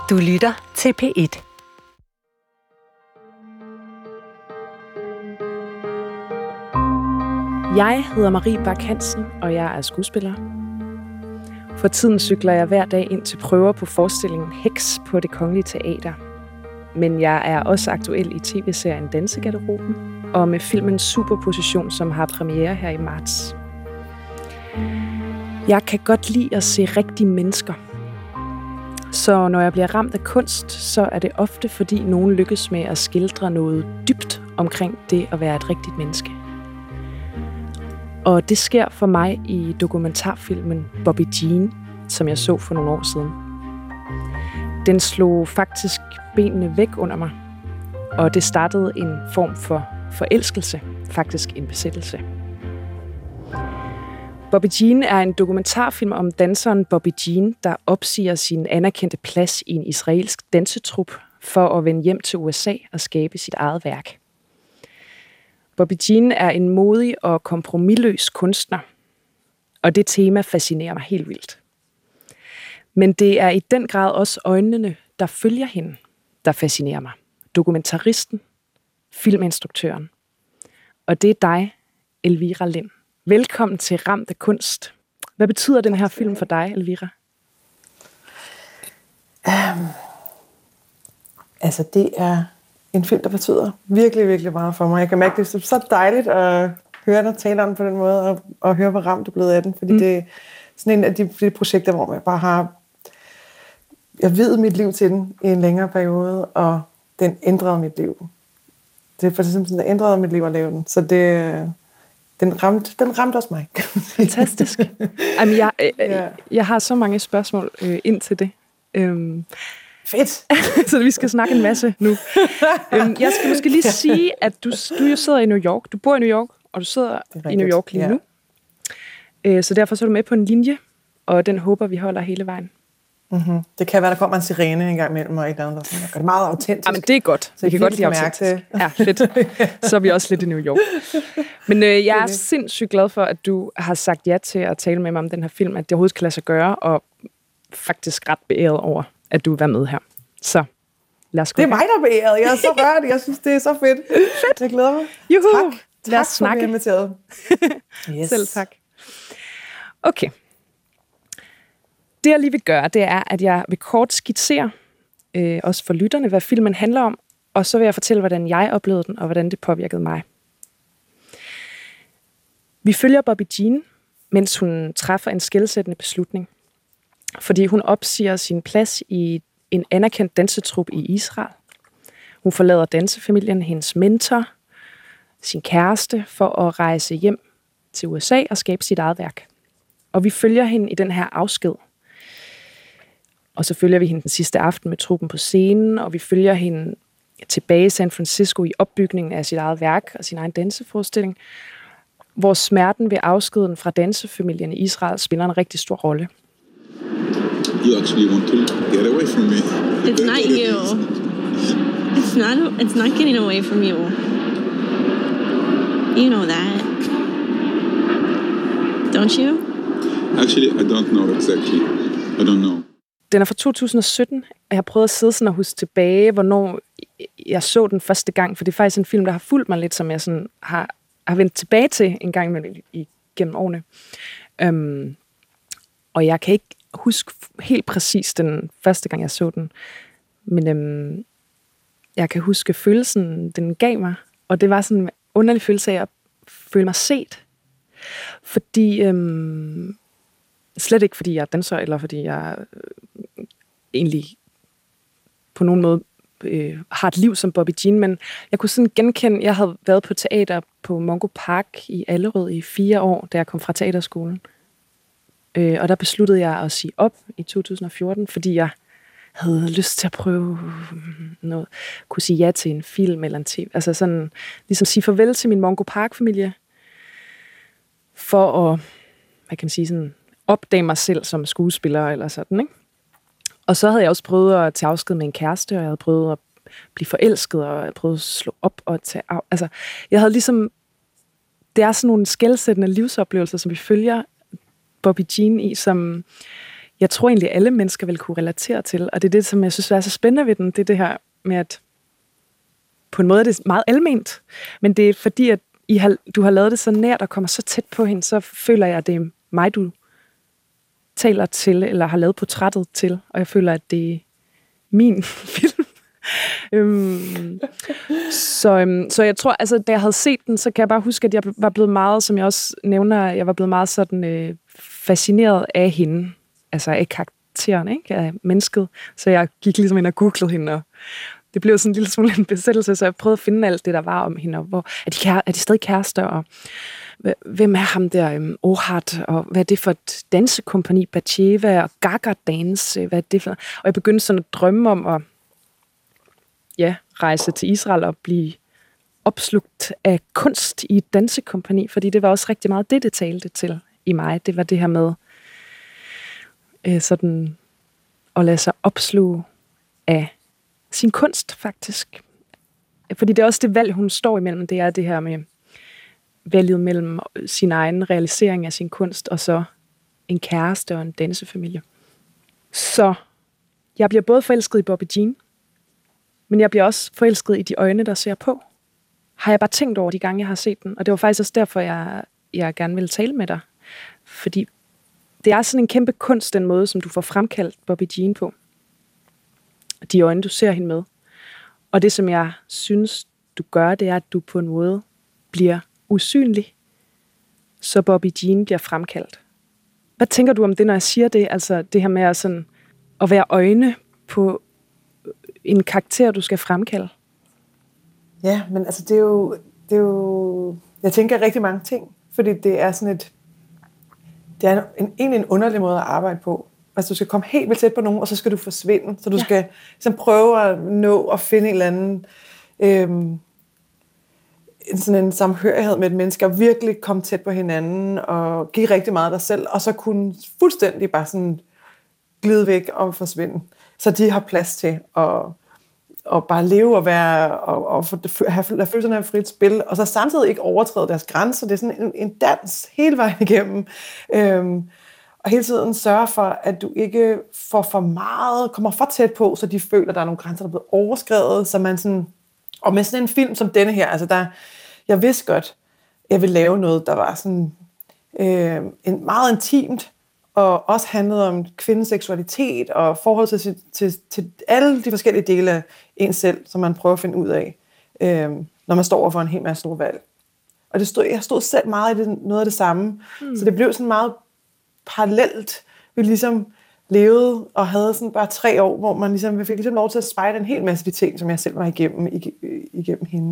Du lytter til P1. Jeg hedder Marie Bak Hansen, og jeg er skuespiller. For tiden cykler jeg hver dag ind til prøver på forestillingen Heks på Det Kongelige Teater. Men jeg er også aktuel i tv-serien Dansegarderoben, og med filmen Superposition, som har premiere her i marts. Jeg kan godt lide at se rigtige mennesker. Så når jeg bliver ramt af kunst, så er det ofte, fordi nogen lykkes med at skildre noget dybt omkring det at være et rigtigt menneske. Og det sker for mig i dokumentarfilmen Bobby Jean, som jeg så for nogle år siden. Den slog faktisk benene væk under mig, og det startede en form for forelskelse, faktisk en besættelse. Bobby Jean er en dokumentarfilm om danseren Bobby Jean, der opsiger sin anerkendte plads i en israelsk dansetrup for at vende hjem til USA og skabe sit eget værk. Bobby Jean er en modig og kompromisløs kunstner, og det tema fascinerer mig helt vildt. Men det er i den grad også øjnene, der følger hende, der fascinerer mig. Dokumentaristen, filminstruktøren. Og det er dig, Elvira Lind. Velkommen til Ramt af kunst. Hvad betyder den her film for dig, Elvira? Det er en film, der betyder virkelig, virkelig meget for mig. Jeg kan mærke, det er så dejligt at høre dig tale om den på den måde, og høre, hvor ramt du er blevet af den. Fordi det er sådan en af de projekter, hvor jeg bare har... Jeg ved mit liv til den i en længere periode, og den ændrede mit liv. Det er faktisk simpelthen, den ændrede mit liv at lave den. Så den ramte også mig. Fantastisk. Jamen, jeg har så mange spørgsmål ind til det. Fedt! Så vi skal snakke en masse nu. Jeg skal måske lige sige, at du jo sidder i New York. Du bor i New York, og du sidder i New York lige nu. Så derfor så er du med på en linje, og den håber vi holder hele vejen. Mm-hmm. Det kan være, der kommer en sirene en gang imellem og et eller andet. Det gør det meget autentisk. Jamen, det er godt. Så vi kan godt lide autentisk. Ja, fedt. Så er vi også lidt i New York. Men jeg er sindssygt glad for, at du har sagt ja til at tale med mig om den her film, at det overhovedet kan lade sig gøre, og faktisk ret beæret over, at du vil være med her. Så lad os gå. Det er mig, der er beæret. Jeg er så rørt. Jeg synes, det er så fedt. Fedt. Jeg glæder mig. Juhu. Tak. Lad os snakke. Inviteret. Yes. Selv tak. Okay. Det jeg lige vil gøre, det er, at jeg vil kort skitsere, også for lytterne, hvad filmen handler om, og så vil jeg fortælle, hvordan jeg oplevede den, og hvordan det påvirkede mig. Vi følger Bobby Jean, mens hun træffer en skelsættende beslutning, fordi hun opsiger sin plads i en anerkendt dansetrup i Israel. Hun forlader dansefamilien, hendes mentor, sin kæreste, for at rejse hjem til USA og skabe sit eget værk. Og vi følger hende i den her afsked. Og så følger vi hende den sidste aften med truppen på scenen, og vi følger hende tilbage i San Francisco i opbygningen af sit eget værk og sin egen danseforestilling, hvor smerten ved afskeden fra dansefamilien i Israel spiller en rigtig stor rolle. You actually want to get away from me. It's not you. It's not getting away from you. You know that. Don't you? Actually, I don't know exactly. I don't know. Den er fra 2017, og jeg har prøvet at sidde sådan og huske tilbage, hvornår jeg så den første gang, for det er faktisk en film, der har fulgt mig lidt, som jeg sådan har vendt tilbage til en gang gennem årene. Og jeg kan ikke huske helt præcis den første gang, jeg så den, men jeg kan huske følelsen, den gav mig, og det var sådan en underlig følelse af at føle mig set. Fordi... Slet ikke, fordi jeg er danser, eller fordi jeg egentlig på nogen måde har et liv som Bobby Jean, men jeg kunne sådan genkende, jeg havde været på teater på Mongo Park i Allerød i 4 år, da jeg kom fra teaterskolen. Og der besluttede jeg at sige op i 2014, fordi jeg havde lyst til at prøve noget, kunne sige ja til en film eller en tv. Altså sådan, ligesom sige farvel til min Mongo Park-familie, for at, hvad kan man sige, sådan opdage mig selv som skuespiller eller sådan, ikke? Og så havde jeg også prøvet at tage afsked med en kæreste, og jeg havde prøvet at blive forelsket, og jeg havde prøvet at slå op og tage af. Altså, jeg havde ligesom... Det er sådan nogle skelsættende livsoplevelser, som vi følger Bobby Jean i, som jeg tror egentlig, alle mennesker vil kunne relatere til. Og det er det, som jeg synes er så spændende ved den. Det er det her med, at på en måde er det meget alment. Men det er fordi, at du har lavet det så nært og kommer så tæt på hende, så føler jeg, at det er mig, du taler til, eller har lavet portrættet til. Og jeg føler, at det er min film. Så jeg tror, altså da jeg havde set den, så kan jeg bare huske, at jeg var blevet meget, som jeg også nævner, jeg var blevet meget sådan fascineret af hende, altså af karakteren, ikke? Af mennesket. Så jeg gik ligesom ind og googlede hende, og det blev sådan en lille smule en besættelse, så jeg prøvede at finde alt det, der var om hende, og hvor er de stadig kærester, og hvem er ham der, Ohad, og hvad er det for et dansekompani, Batsheva og Gaga Dance, hvad er det for? Og jeg begyndte sådan at drømme om at rejse til Israel og blive opslugt af kunst i et dansekompani, fordi det var også rigtig meget det talte til i mig. Det var det her med sådan at lade sig opsluge af sin kunst, faktisk. Fordi det er også det valg, hun står imellem. Det er det her med valget mellem sin egen realisering af sin kunst, og så en kæreste og en dansefamilie. Så jeg bliver både forelsket i Bobby Jean, men jeg bliver også forelsket i de øjne, der ser på. Har jeg bare tænkt over de gange, jeg har set den. Og det var faktisk også derfor, jeg gerne ville tale med dig. Fordi det er sådan en kæmpe kunst, den måde, som du får fremkaldt Bobby Jean på. De øjne, du ser hende med. Og det, som jeg synes, du gør, det er, at du på en måde bliver usynlig, så Bobby Jean bliver fremkaldt. Hvad tænker du om det, når jeg siger det? Altså det her med at være øjne på en karakter, du skal fremkalde? Ja, men altså det er jo jeg tænker rigtig mange ting, fordi det er sådan egentlig en underlig måde at arbejde på. Altså du skal komme helt vildt tæt på nogen, og så skal du forsvinde, så du skal ligesom prøve at nå at finde en eller anden sådan en samhørighed med et menneske, og virkelig komme tæt på hinanden, og give rigtig meget af dig selv, og så kunne fuldstændig bare sådan glide væk og forsvinde. Så de har plads til at bare leve og være, og have følelserne af frit spil, og så samtidig ikke overtræde deres grænser. Det er sådan en dans hele vejen igennem. Og hele tiden sørge for, at du ikke får for meget, kommer for tæt på, så de føler, at der er nogle grænser, der er blevet overskredet, så man sådan, og med sådan en film som denne her, altså jeg vidste godt, jeg ville lave noget, der var sådan en meget intimt, og også handlede om kvindens seksualitet, og forhold til alle de forskellige dele af en selv, som man prøver at finde ud af, når man står over for en hel masse store valg. Og jeg stod selv meget i noget af det samme, så det blev sådan meget parallelt. Vi ligesom levede og havde sådan bare 3 år, hvor man ligesom fik ligesom lov til at spejle en hel masse af de ting, som jeg selv var igennem hende.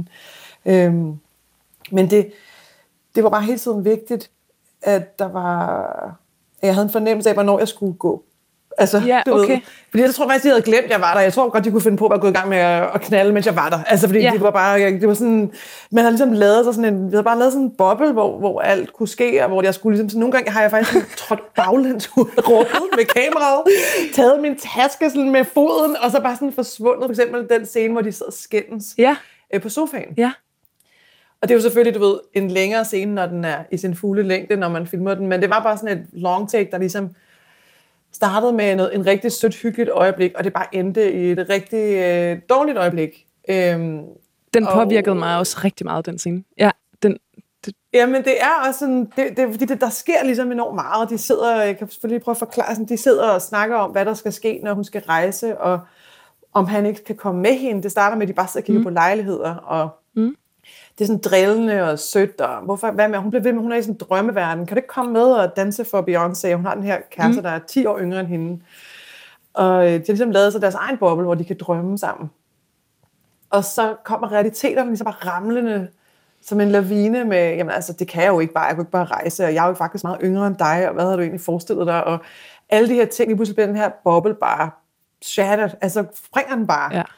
Men det var bare hele tiden vigtigt, at jeg havde en fornemmelse af, hvornår jeg skulle gå. Altså, du ved. Fordi jeg tror faktisk, de havde glemt, at jeg var der. Jeg tror godt, de kunne finde på at gå i gang med at knalde, mens jeg var der. Altså, fordi det var sådan, man har ligesom lavet sig sådan vi havde bare lavet sådan en boble, hvor alt kunne ske, og hvor jeg skulle ligesom, så nogle gange har jeg faktisk trådt baglæns ud af rummet med kameraet, taget min taske sådan med foden, og så bare sådan forsvundet. For eksempel den scene, hvor de sidder og skændes på sofaen. Ja. Og det er jo selvfølgelig, du ved, en længere scene, når den er i sin fulde længde, når man filmer den, men det var bare sådan et long take, der ligesom startede med en rigtig sødt, hyggeligt øjeblik, og det bare endte i et rigtig dårligt øjeblik. Den påvirkede mig også rigtig meget, den scene. Ja, Jamen, det er også sådan, fordi der sker ligesom enormt meget, og de sidder, jeg kan selvfølgelig prøve at forklare, sådan, de sidder og snakker om, hvad der skal ske, når hun skal rejse, og om han ikke kan komme med hende. Det starter med, at de bare sidder og kigger på lejligheder, og det er sådan drillende og sødt, og hvad med, hun bliver ved med, hun er i sådan en drømmeverden. Kan du ikke komme med og danse for Beyoncé? Hun har den her kæreste, der er 10 år yngre end hende. Og de har ligesom lavet sig deres egen boble, hvor de kan drømme sammen. Og så kommer realiteterne ligesom bare ramlende som en lavine med, jamen altså, det kan jeg jo ikke bare, jeg kan ikke bare rejse, og jeg er jo faktisk meget yngre end dig, og hvad havde du egentlig forestillet dig? Og alle de her ting, lige pludselig bliver den her boble bare shattered, altså springer den bare. Ja.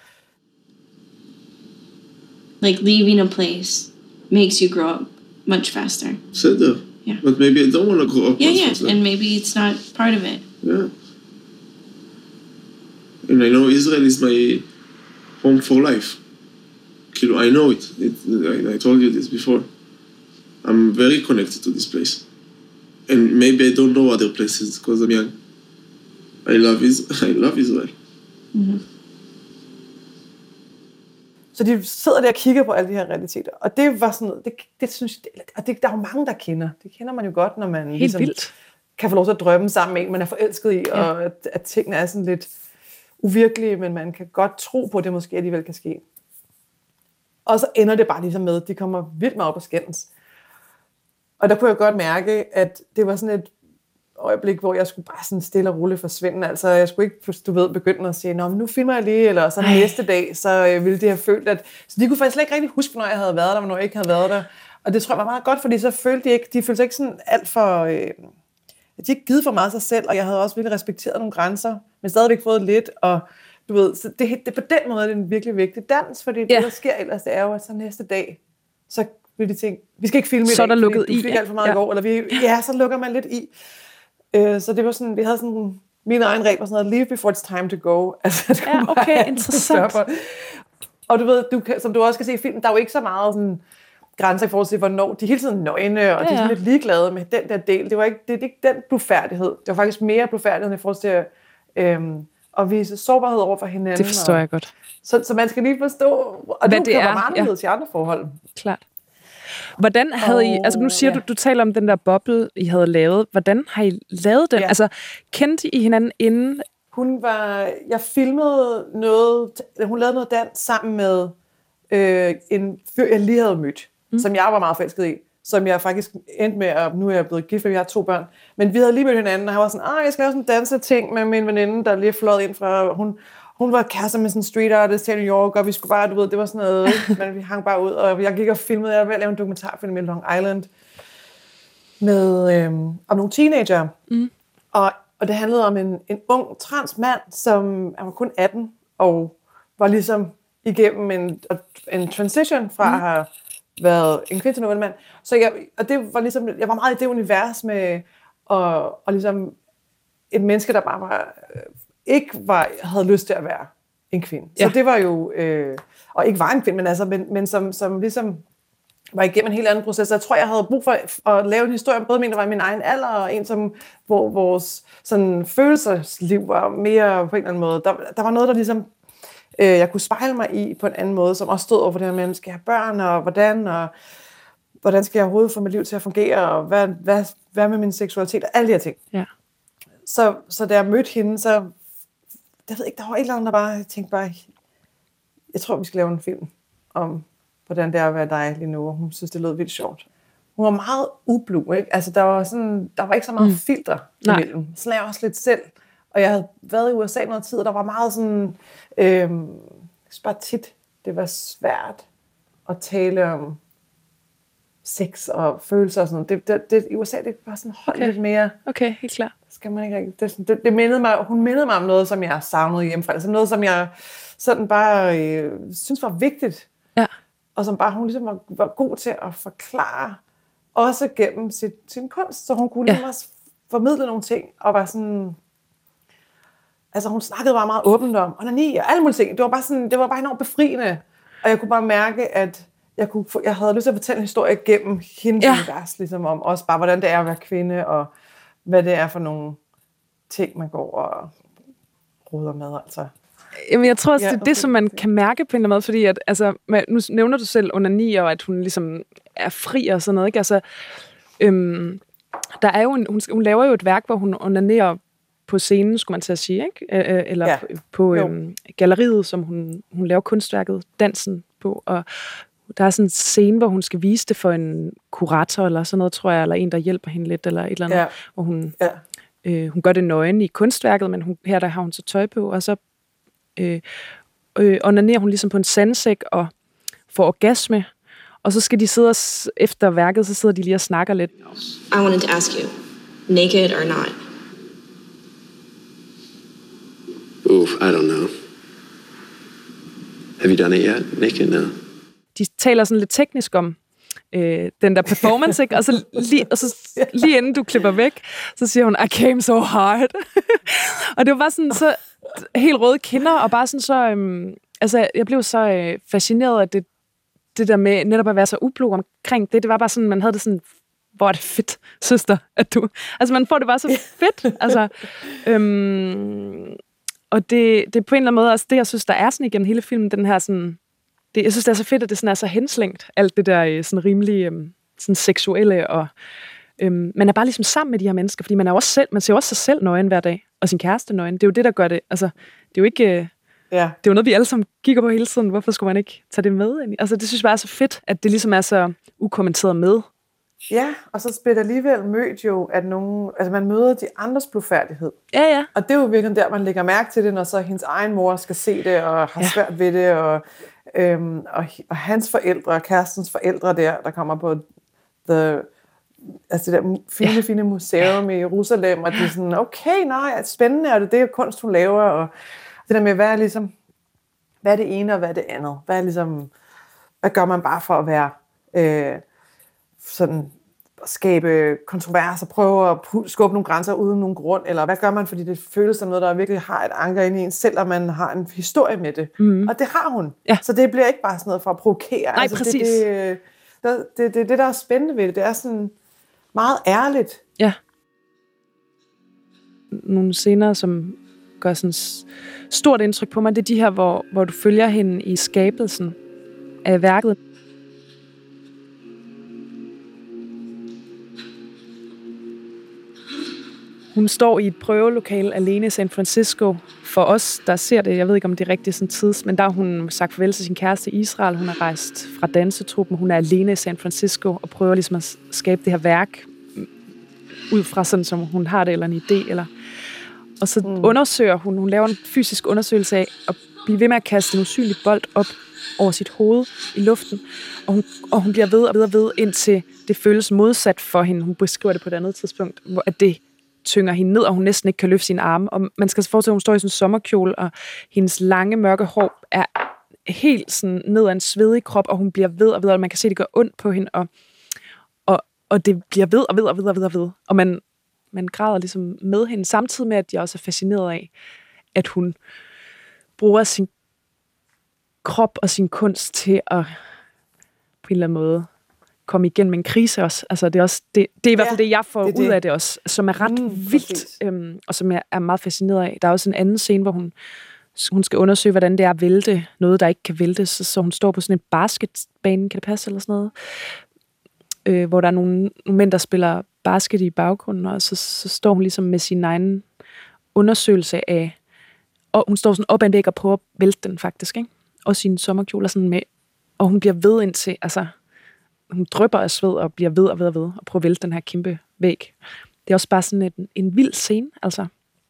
Like leaving a place makes you grow up much faster. Said that. Yeah. But maybe I don't want to grow up. Yeah, and maybe it's not part of it. Yeah. And I know Israel is my home for life. I know it. I told you this before. I'm very connected to this place. And maybe I don't know other places because I'm young. I love Israel. Mm-hmm. Så de sidder der og kigger på alle de her realiteter. Og det var sådan noget, det synes jeg, og der er jo mange, der kender. Det kender man jo godt, når man Helt ligesom vildt. kan få lov til at drømme sammen med en, man er forelsket i, Ja. og at tingene er sådan lidt uvirkelige, men man kan godt tro på, at det måske alligevel kan ske. Og så ender det bare ligesom med, at de kommer vildt meget op og skændes. Og der kunne jeg godt mærke, at det var sådan et øjeblik, hvor jeg skulle bare sådan stille og roligt forsvinde. Altså, jeg skulle ikke, begynde at sige, nå, men nu filmer jeg lige, eller så næste dag, så ville de have følt, at... Så de kunne faktisk slet ikke rigtig huske, hvornår jeg havde været der, og hvornår jeg ikke havde været der. Og det tror jeg var meget godt, fordi så følte de følte sig ikke sådan alt for... de ikke givet for meget af sig selv, og jeg havde også virkelig respekteret nogle grænser, men stadigvæk fået lidt, og du ved, så det på den måde er det en virkelig vigtig dans, fordi det, der sker ellers, det er jo, at så næste dag, så vil de tænke, vi skal ikke filme i dag, så er der lukket du fik alt for meget i går, eller så lukker man lidt i. Så det var sådan, vi havde sådan, mine egne regler, sådan noget, leave before it's time to go. Altså, okay, interessant. Og du ved, som du også kan se i filmen, der er jo ikke så meget sådan, grænser i forhold til, hvornår de er hele tiden nøgne, og de er sådan lidt ligeglade med den der del. Det er ikke den blufærdighed. Det var faktisk mere blufærdighed i forhold til at vise sårbarhed over for hinanden. Det forstår jeg godt. Så man skal lige forstå, og det kan være meget anderledes i andre forhold. Klart. Hvordan havde I, altså nu siger du taler om den der boble, I havde lavet. Hvordan har I lavet den? Ja. Altså, kendte I hinanden inden? Jeg filmede noget, hun lavede noget dans sammen med en fyr, jeg lige havde mødt, som jeg var meget forelsket i, som jeg faktisk endte med, og nu er jeg blevet gift, fordi jeg har 2 børn. Men vi havde lige mødt hinanden, og han var sådan, jeg skal lave sådan en danseting med min veninde, der lige fløjet ind fra, hun var kærester med sådan en street artist til New York, og vi skulle bare, du ved, det var sådan noget, men vi hang bare ud, og jeg gik og filmede, jeg var ved at lave en dokumentarfilm i Long Island, med, om nogle teenager. Og det handlede om en ung trans mand, som var kun 18, og var ligesom igennem en transition fra at have været en kvinde til en mand. Så det var ligesom, jeg var meget i det univers med, og ligesom et menneske, der bare havde lyst til at være en kvinde. Ja. Så det var jo, og ikke var en kvinde, men som ligesom var igennem en helt anden proces. Så jeg tror, jeg havde brug for at lave en historie, både min, der var i min egen alder, og en, hvor vores sådan, følelsesliv var mere på en eller anden måde. Der var noget, der ligesom, jeg kunne spejle mig i på en anden måde, som også stod over for det her med, skal jeg have børn, og hvordan skal jeg overhovedet få mit liv til at fungere, og hvad med min seksualitet, og alle de her ting. Ja. Så da jeg mødte hende, så jeg ved ikke, der var et eller andet, der bare, jeg tænkte bare, jeg tror, vi skal lave en film om, hvordan det er at være dig lige nu, og hun synes, det lød vildt sjovt. Hun var meget ublu, ikke? Altså, der var ikke så meget filter imellem. Så lavede jeg også lidt selv, og jeg havde været i USA noget tid, og der var meget sådan, bare tit, det var svært at tale om sex og følelser og sådan noget. I USA, det var sådan lidt mere. Okay, helt klart. Skal man ikke rigtig. Det mindede mig, hun mindede mig om noget, som jeg savnede hjemmefra. Altså noget, som jeg sådan bare synes var vigtigt. Ja. Og som bare hun ligesom var god til at forklare, også gennem sin kunst. Så hun kunne ligesom også formidle nogle ting, og var sådan. Altså hun snakkede bare meget åbent om onani og alle mulige ting. Det var bare enormt befriende. Og jeg kunne bare mærke, at jeg havde lyst til at fortælle en historie gennem hendes univers, ligesom om også bare, hvordan det er at være kvinde, og hvad det er for nogle ting, man går og roder med, altså. Jamen, jeg tror også, det er det, som man kan mærke på en eller anden måde, fordi at, altså, nu nævner du selv onani, og at hun ligesom er fri og sådan noget, ikke? Altså, der er jo hun laver jo et værk, hvor hun onanerer på scenen, skulle man til at sige, ikke? Eller på galleriet, som hun laver kunstværket, dansen på, og der er sådan en scene, hvor hun skal vise det for en kurator, eller sådan noget, tror jeg, eller en, der hjælper hende lidt, eller et eller andet, hvor hun gør det nøgen i kunstværket, men her der har hun så tøj på, og så onanerer hun ligesom på en sandsæk og får orgasme, og så skal de sidde efter værket, så sidder de lige og snakker lidt. I wanted to ask you, naked or not? Oof, I don't know. Have you done it yet? Naked? No. De taler sådan lidt teknisk om den der performance, ikke? Og så lige inden du klipper væk, så siger hun, I came so hard. Og det var bare sådan så helt røde kinder, og bare sådan så, altså jeg blev så fascineret af det der med netop at være så ublu omkring det. Det var bare sådan, man havde det sådan hvor er det fedt, søster, at du... Altså, man får det bare så fedt. Altså, og det er på en eller anden måde også det, jeg synes, der er sådan igennem hele filmen, den her sådan... jeg synes, det er så fedt, at det sådan er så henslængt, alt det der sådan rimelig sådan seksuelle, og man er bare ligesom sammen med de her mennesker, fordi man ser jo også sig selv nøgen hver dag, og sin kæreste nøgen. Det er jo det, der gør det. Altså, det er jo ikke... Det er jo noget, vi alle sammen kigger på hele tiden. Hvorfor skulle man ikke tage det med ind? Altså, det synes jeg bare er så fedt, at det ligesom er så ukommenteret med. Ja, og så bliver det alligevel mødt jo, at man møder de andres blufærdighed. Ja. Og det er jo virkelig der, man lægger mærke til det, når så hendes egen mor skal se det, og har svært ved det, og hans forældre, og kærestens forældre der kommer på det der fine museum i Jerusalem, og de er sådan, okay, nej, spændende, og det er kunst, hun laver, og det der med, hvad er det ene, og hvad er det andet? Hvad gør man bare for at være sådan at skabe kontroverser, prøve at skubbe nogle grænser uden nogen grund, eller hvad gør man, fordi det føles som noget, der virkelig har et anker inde i en, selvom man har en historie med det. Og det har hun. Ja. Så det bliver ikke bare sådan noget for at provokere. Nej, præcis. Det, der er spændende ved det, det er sådan meget ærligt. Ja. Nogle scener, som gør sådan stort indtryk på mig, det er de her, hvor du følger hende i skabelsen af værket. Hun står i et prøvelokale alene i San Francisco. For os, der ser det, jeg ved ikke, om det er rigtig sådan tids, men der har hun sagt farvel til sin kæreste i Israel. Hun har rejst fra dansetruppen. Hun er alene i San Francisco og prøver ligesom at skabe det her værk ud fra sådan, som hun har det, eller en idé. Og så undersøger hun laver en fysisk undersøgelse af at blive ved med at kaste en usynlig bold op over sit hoved i luften. Og hun bliver ved og ved og ved, indtil det føles modsat for hende. Hun beskriver det på et andet tidspunkt, hvor at det tynger hende ned, og hun næsten ikke kan løfte sine arme. Og man skal forestille, at hun står i sådan en sommerkjole, og hendes lange, mørke hår er helt sådan ned ad en svedig krop, og hun bliver ved og ved, og man kan se, at det gør ondt på hende, og det bliver ved og ved og ved og ved og ved. Og man græder ligesom med hende, samtidig med, at jeg også er fascineret af, at hun bruger sin krop og sin kunst til at på en eller anden måde komme igennem en krise også. Altså det er også det er i hvert fald det, jeg får ud af det også, som er ret vildt, og som jeg er meget fascineret af. Der er også en anden scene, hvor hun skal undersøge, hvordan det er at vælte noget, der ikke kan væltes. Så hun står på sådan en basketbane, kan det passe, eller sådan noget, hvor der er nogle mænd, der spiller basket i baggrunden, og så står hun ligesom med sin egen undersøgelse af, og hun står sådan op ad en væg og prøver at vælte den faktisk, ikke? Og sine sommerkjoler sådan med, og hun bliver ved indtil, altså hun drypper af sved og bliver ved og ved og ved og prøver at vælte den her kæmpe væg. Det er også bare sådan en vild scene, altså.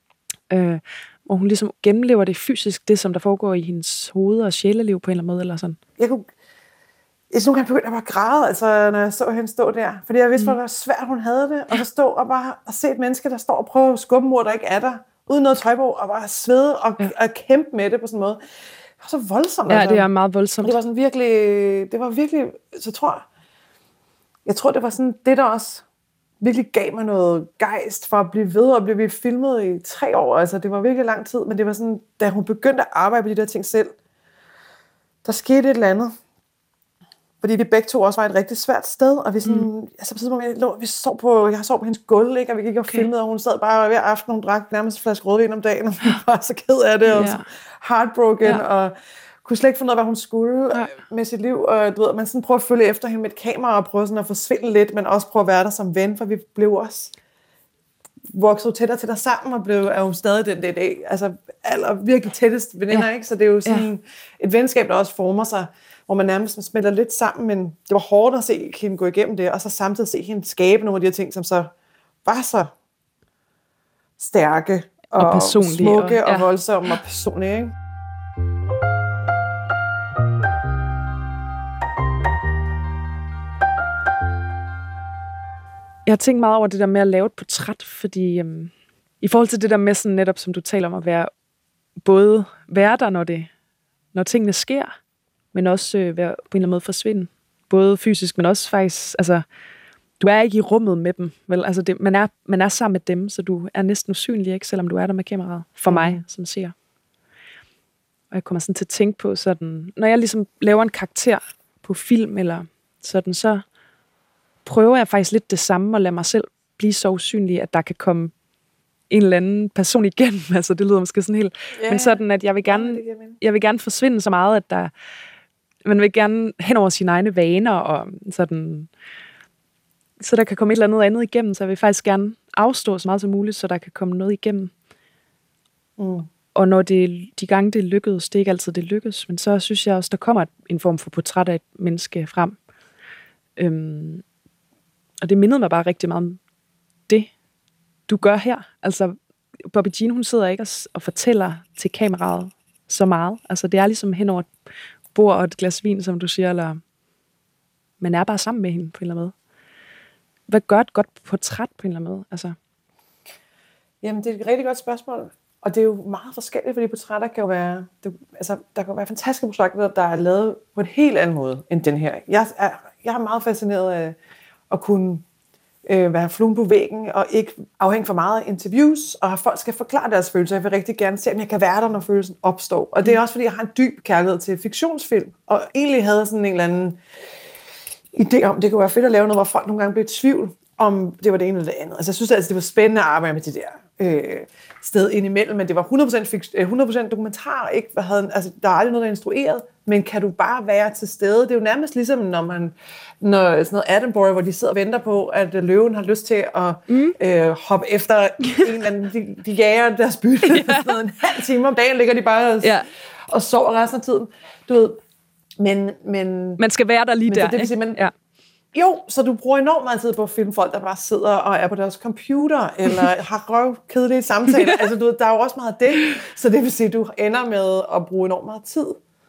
Hvor hun ligesom gennemlever det fysisk, det som der foregår i hendes hoved og sjæleliv på en eller anden måde, eller sådan. Jeg kunne nogle gange begynde at bare græde, altså, når jeg så hende stå der. Fordi jeg vidste, hvor svært hun havde det. Og så stå og bare se et menneske, der står og prøver at skubbe mor, der ikke er der, uden noget tøj på, og bare svede og kæmpe med det på sådan en måde. Det var så voldsomt. Ja, altså. det er meget voldsomt. Det var sådan virkelig, så jeg tror, det var sådan det, der også virkelig gav mig noget gejst for at blive ved og blive filmet i 3 år. Altså, det var virkelig lang tid, men det var sådan, da hun begyndte at arbejde på de der ting selv, der skete et eller andet. Fordi vi begge to også var et rigtig svært sted, og vi sådan, jeg sov på hendes gulv, ikke? Og vi gik og filmede, og hun sad bare hver aften, hun drak nærmest en flaske rødvin om dagen, og hun var så ked af det, og så heartbroken, og kunne slet ikke finde ud af, hvad hun skulle med sit liv, og du ved, man sådan prøver at følge efter hende med et kamera, og prøve sådan at forsvinde lidt, men også prøve at være der som ven, for vi blev også vokset tættere sammen, og er jo stadig den dag, altså virkelig tættest veninder, ikke? Så det er jo sådan et venskab, der også former sig, hvor man nærmest smelter lidt sammen, men det var hårdt at se hende gå igennem det, og så samtidig se hende skabe nogle af de her ting, som så var så stærke og smukke og voldsomme og personlige, ikke? Jeg har tænkt meget over det der med at lave et portræt, fordi i forhold til det der med sådan netop, som du taler om, at være der, når tingene sker, men også være på en eller anden måde forsvinde. Både fysisk, men også faktisk, altså, du er ikke i rummet med dem, vel? Altså, man er sammen med dem, så du er næsten usynlig, ikke? Selvom du er der med kameraet. For mig, som ser. Og jeg kommer sådan til at tænke på sådan, når jeg ligesom laver en karakter på film, eller sådan, så prøver jeg faktisk lidt det samme, og lade mig selv blive så usynlig, at der kan komme en eller anden person igennem. Altså, det lyder måske sådan helt... Yeah. Men sådan, at jeg vil gerne forsvinde så meget, at man vil gerne hen over sine egne vaner, og sådan... Så der kan komme et eller andet igennem, så jeg vil faktisk gerne afstå så meget som muligt, så der kan komme noget igennem. Og når de gange det lykkedes, det er ikke altid det lykkes, men så synes jeg også, der kommer en form for portræt af et menneske frem. Og det mindede mig bare rigtig meget om det, du gør her. Altså, Bobby Jean, hun sidder ikke og fortæller til kameraet så meget. Altså, det er ligesom hen over et bord og et glas vin, som du siger, eller man er bare sammen med hende på en eller anden måde. Hvad gør et godt portræt på en eller anden måde? Altså. Jamen, det er et rigtig godt spørgsmål. Og det er jo meget forskelligt, fordi portrætter kan jo være... der kan jo være fantastiske portrætter, der er lavet på en helt anden måde end den her. Jeg er meget fascineret af at kunne være fluen på væggen, og ikke afhænge for meget af interviews, og at folk skal forklare deres følelser. Jeg vil rigtig gerne se, om jeg kan være der, når følelsen opstår. Og det er også, fordi jeg har en dyb kærlighed til fiktionsfilm, og egentlig havde sådan en eller anden idé om, det kunne være fedt at lave noget, hvor folk nogle gange blev i tvivl, om det var det ene eller det andet. Altså, jeg synes altså, det var spændende at arbejde med de der sted indimellem, men det var 100% dokumentar, ikke? Altså, der er aldrig noget, der er instrueret, men kan du bare være til stede? Det er jo nærmest ligesom, når sådan noget Attenborough, hvor de sidder og venter på, at løven har lyst til at hoppe efter en eller anden, de jager deres bytte, sådan en halv time om dagen ligger de bare og sover resten af tiden. Du ved, men man skal være der lige der, det vil sige, jo, så du bruger enormt meget tid på at filme folk, der bare sidder og er på deres computer, eller har røvkedelige samtaler. Altså, der er jo også meget af det. Så det vil sige, at du ender med at bruge enormt meget tid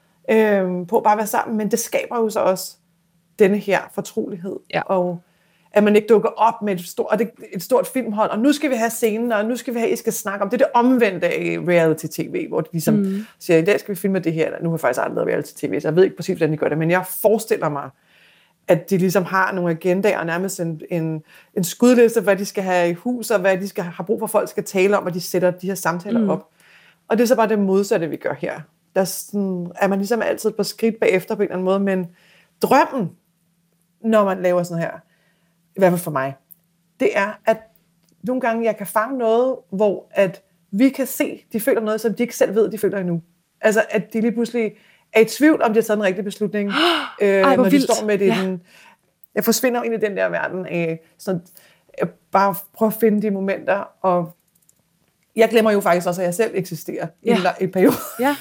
på bare at være sammen. Men det skaber jo så også denne her fortrolighed. Ja. Og at man ikke dukker op med et stort filmhold, og nu skal vi have scenen, og nu skal vi have, I skal snakke om. Det er det omvendte af reality-tv, hvor de ligesom siger, i dag skal vi filme det her, eller nu har jeg faktisk aldrig lavet reality-tv, så jeg ved ikke præcis, hvordan de gør det, men jeg forestiller mig, at de ligesom har nogle agendaer, og nærmest en skudliste, hvad de skal have i hus, og hvad de skal have brug for, folk skal tale om, og de sætter de her samtaler op. Og det er så bare det modsatte, vi gør her. Der er man ligesom altid på skridt bagefter på en eller anden måde, men drømmen, når man laver sådan her, i hvert fald for mig, det er, at nogle gange jeg kan fange noget, hvor at vi kan se, de føler noget, som de ikke selv ved, de føler endnu. Altså, at de lige pludselig er i tvivl, om de har taget en rigtig beslutning, når de står med det. Jeg forsvinder ind i den der verden af, sådan, bare prøve at finde de momenter, og jeg glemmer jo faktisk også, at jeg selv eksisterer i en periode. Ja.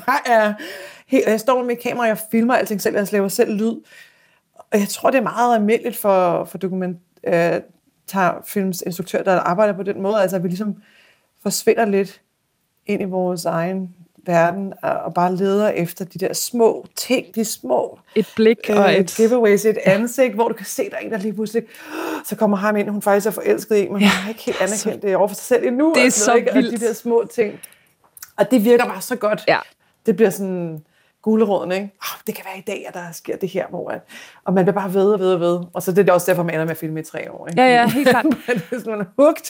Jeg står med kamera, og jeg filmer alting selv, jeg laver selv lyd, og jeg tror, det er meget almindeligt for dokumentarfilms instruktører, der arbejder på den måde, altså at vi ligesom forsvinder lidt ind i vores egen verden, og bare leder efter de der små ting, de små et blik og et giveaways, et ansigt, hvor du kan se, der er en, der lige pludselig, så kommer ham ind, og hun faktisk er forelsket i, men hun har ikke helt anerkendt det over for sig selv endnu. Det er så vildt. Og de der små ting. Og det virker bare så godt. Ja. Det bliver sådan guleroden, ikke? Det kan være i dag, at der sker det her, og man bliver bare ved og ved og ved. Og så det er også derfor, man ender med at filme i 3 år. Ikke? Ja, helt klart. Det er sådan, man er hugt.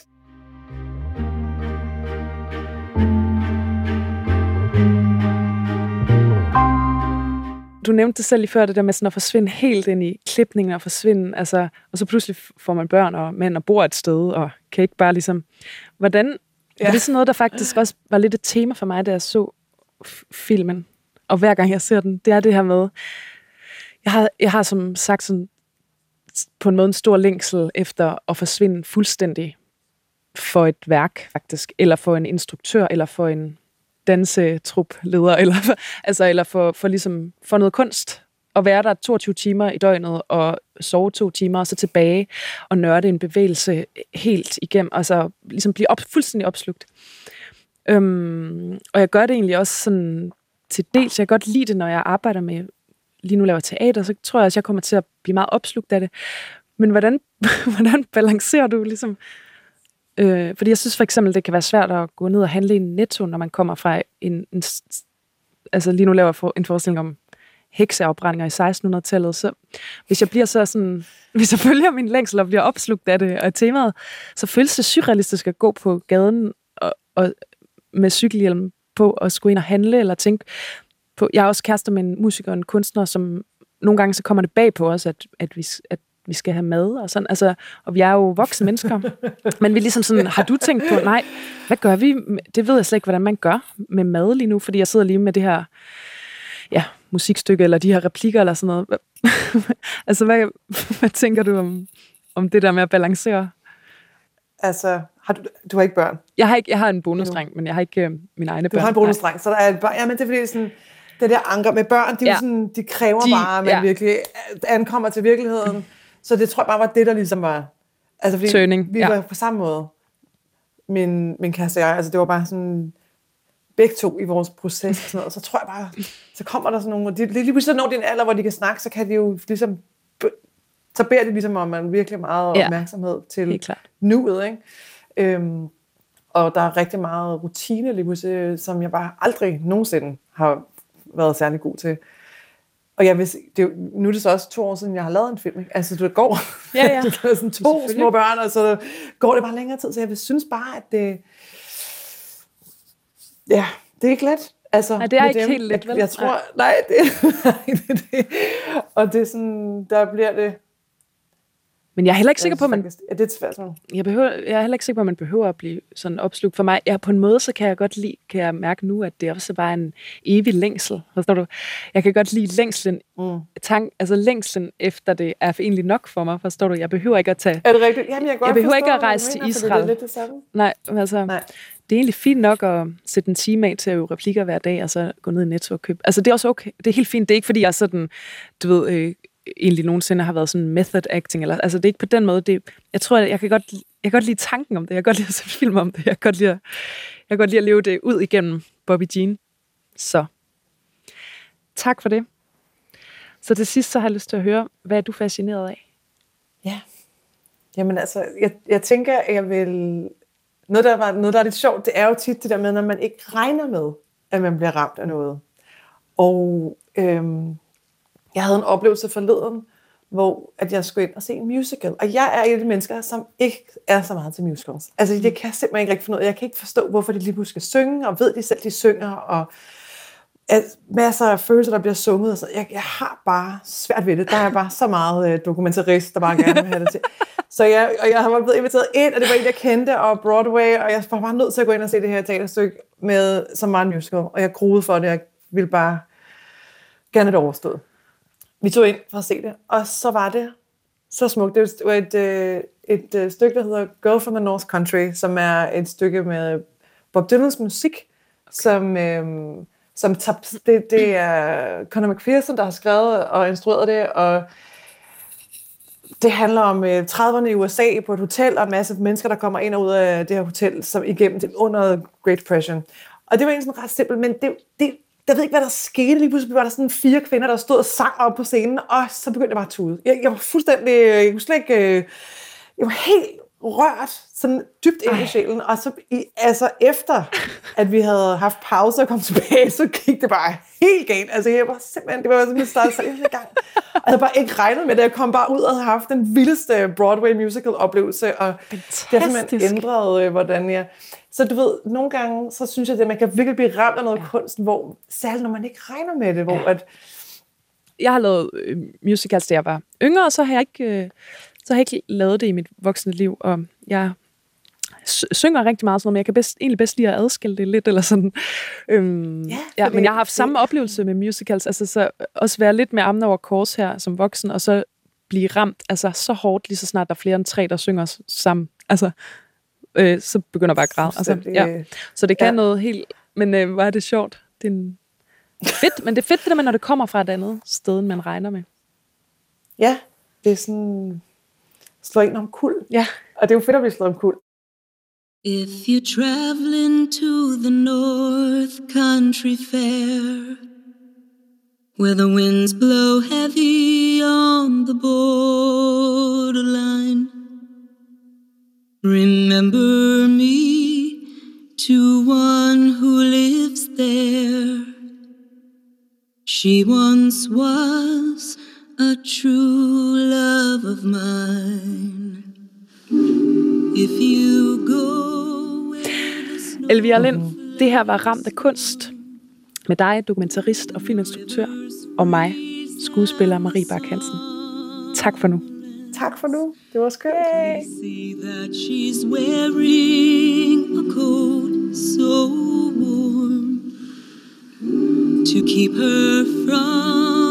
Du nævnte det selv lige før, det der med sådan at forsvinde helt ind i klipningen og forsvinde, altså, og så pludselig får man børn og mænd og bor et sted, og kan ikke bare ligesom... Hvordan... Ja. Er det sådan noget, der faktisk også var lidt et tema for mig, da jeg så filmen? Og hver gang jeg ser den, det er det her med... Jeg har som sagt sådan, på en måde en stor længsel efter at forsvinde fuldstændig for et værk, faktisk. Eller for en instruktør, eller for en dansetrupleder, eller for ligesom for noget kunst. At være der 22 timer i døgnet, og sove 2 timer, og så tilbage, og nørde en bevægelse helt igennem, og så ligesom blive fuldstændig opslugt. Og jeg gør det egentlig også sådan til dels. Jeg kan godt lide det, når jeg arbejder med, lige nu laver teater, så tror jeg også, jeg kommer til at blive meget opslugt af det. Men hvordan balancerer du ligesom... fordi jeg synes for eksempel, det kan være svært at gå ned og handle i en Netto, når man kommer fra altså lige nu laver jeg en forestilling om hekseafbrændinger i 1600-tallet, så hvis jeg følger min længsel og bliver opslugt af det og temaet, så føles det surrealistisk at gå på gaden og med cykelhjelm på og skulle ind og handle eller tænke på. Jeg er også kærester med en musiker og en kunstner, som nogle gange så kommer det bag på os, at vi skal have mad og sådan. Altså, og vi er jo voksne mennesker. Men vi er ligesom sådan, har du tænkt på, nej, hvad gør vi? Det ved jeg slet ikke, hvordan man gør med mad lige nu, fordi jeg sidder lige med det her musikstykke, eller de her replikker, eller sådan noget. Altså, hvad tænker du om det der med at balancere? Altså, du har ikke børn? Jeg har en bonusdreng, men jeg har ikke mine egne børn. Du har en bonusdreng, så der er et børn. Ja, men det er fordi, sådan, det der anker med børn, de, sådan, de kræver bare, at man virkelig ankommer til virkeligheden. Så det tror jeg bare var det, der ligesom var... Altså, fordi Turning, vi var på samme måde. Min kæreste og jeg, altså det var bare sådan... Begge to i vores proces og sådan noget. Og så tror jeg bare, så kommer der sådan nogle... Lige pludselig når det er en alder, hvor de kan snakke, så kan de jo ligesom... Så beder de ligesom om, man virkelig meget opmærksomhed til nuet, ikke? Og der er rigtig meget rutine lige pludselig, som jeg bare aldrig nogensinde har været særlig god til. Og jeg vil, nu er det så også 2 år siden, jeg har lavet en film, ikke? Altså det går. Ja. Det er sådan 2 små børn, og så går det bare længere tid. Så jeg synes bare, at det... Ja, det er ikke let. Altså, nej, det er ikke helt let, vel? Jeg tror... Nej, det. Og det er sådan, der bliver det... Men jeg er heller ikke sikker på, at man... Ja, det er et svært spørgsmål. Jeg er heller ikke sikker på, at man behøver at blive sådan opslugt. For mig, på en måde, så kan jeg godt lide, kan jeg mærke nu, at det også bare en evig længsel. Forstår du? Jeg kan godt lide længslen, altså længslen efter det er egentlig nok for mig. Forstår du? Jeg behøver ikke at tage... Er det rigtigt? Jamen, jeg behøver ikke at rejse til Israel. Det er lidt det samme. Nej, altså... Nej. Det er egentlig fint nok at sætte en time af til at øve replikker hver dag, og så gå ned i Netto og købe. Altså, det er også okay. Det er helt fint. Det er ikke, fordi jeg sådan, du ved... egentlig nogensinde har været sådan method acting, eller, altså det er ikke på den måde, jeg tror, jeg kan godt lide tanken om det, jeg kan godt lide at se film om det, jeg kan godt lide at leve det ud igennem Bobby Jean. Så, tak for det. Så til sidst, så har jeg lyst til at høre, hvad er du fascineret af? Ja, jamen altså, jeg tænker, jeg vil, noget der er lidt sjovt, det er jo tit det der med, når man ikke regner med, at man bliver ramt af noget. Og jeg havde en oplevelse forleden, hvor at jeg skulle ind og se en musical. Og jeg er et af de mennesker, som ikke er så meget til musicals. Altså, jeg kan simpelthen ikke rigtig finde ud af. Jeg kan ikke forstå, hvorfor de lige pludselig skal synge, og ved de selv, de synger, og masser af følelser, der bliver sunget. Og så. Jeg har bare svært ved det. Der er bare så meget dokumentarist, der bare gerne vil have det til. Så jeg har blevet inviteret ind, og det var en, jeg kendte, og Broadway, og jeg var bare nødt til at gå ind og se det her teaterstykke med så meget musical. Og jeg gruede for det, jeg ville bare gerne det overstået. Vi tog ind for at se det, og så var det så smukt. Det var et stykke, der hedder Girl from the North Country, som er et stykke med Bob Dylans musik, som det er Conor McPherson, der har skrevet og instrueret det, og det handler om 30'erne i USA på et hotel, og en masse mennesker, der kommer ind og ud af det her hotel, som igennem under Great Depression. Og det var egentlig sådan ret simpelt, men jeg ved ikke, hvad der skete. Lige pludselig var der sådan 4 kvinder, der stod og sang op på scenen, og så begyndte jeg bare at tude. Jeg var fuldstændig... Jeg kunne slet ikke... Jeg var helt rørt, sådan dybt ind i sjælen. Og så altså efter, at vi havde haft pause og kom tilbage, så gik det bare helt galt. Altså jeg var simpelthen... Det var simpelthen startet så en gang. Og jeg havde bare ikke regnet med det. Jeg kom bare ud og havde haft den vildeste Broadway musical-oplevelse, og det har simpelthen ændret, hvordan jeg... Så du ved, nogle gange, så synes jeg, at man kan virkelig blive ramt af noget kunst, hvor særligt når man ikke regner med det, hvor at... Jeg har lavet musicals, da jeg var yngre, og så har jeg ikke lavet det i mit voksne liv, og jeg synger rigtig meget sådan noget, men jeg kan egentlig bedst lide at adskille det lidt, eller sådan. Men jeg har haft samme oplevelse med musicals, altså så også være lidt med armene over kors her som voksen, og så blive ramt altså så hårdt, lige så snart der er flere end 3, der synger sammen. Altså, så begynder jeg bare at græde. Altså, så det kan noget helt... Men hvor er det sjovt. Det er fedt, men det er fedt det der med, når det kommer fra et andet sted, end man regner med. Ja, det er sådan... Slå ind om kul. Ja. Og det er jo fedt at blive slået om kul. If you're traveling to the North Country Fair, where the winds blow heavy on the borderline, remember me to one who lives there. She once was a true love of mine. If you go where the snow... Elvira Lind, det her var Ramt af kunst. Med dig, dokumentarist og filminstruktør, og mig, skuespiller Marie Bak Hansen. Tak for nu. Tak for nu. Det var skønt. See that she's wearing a coat so warm to keep her from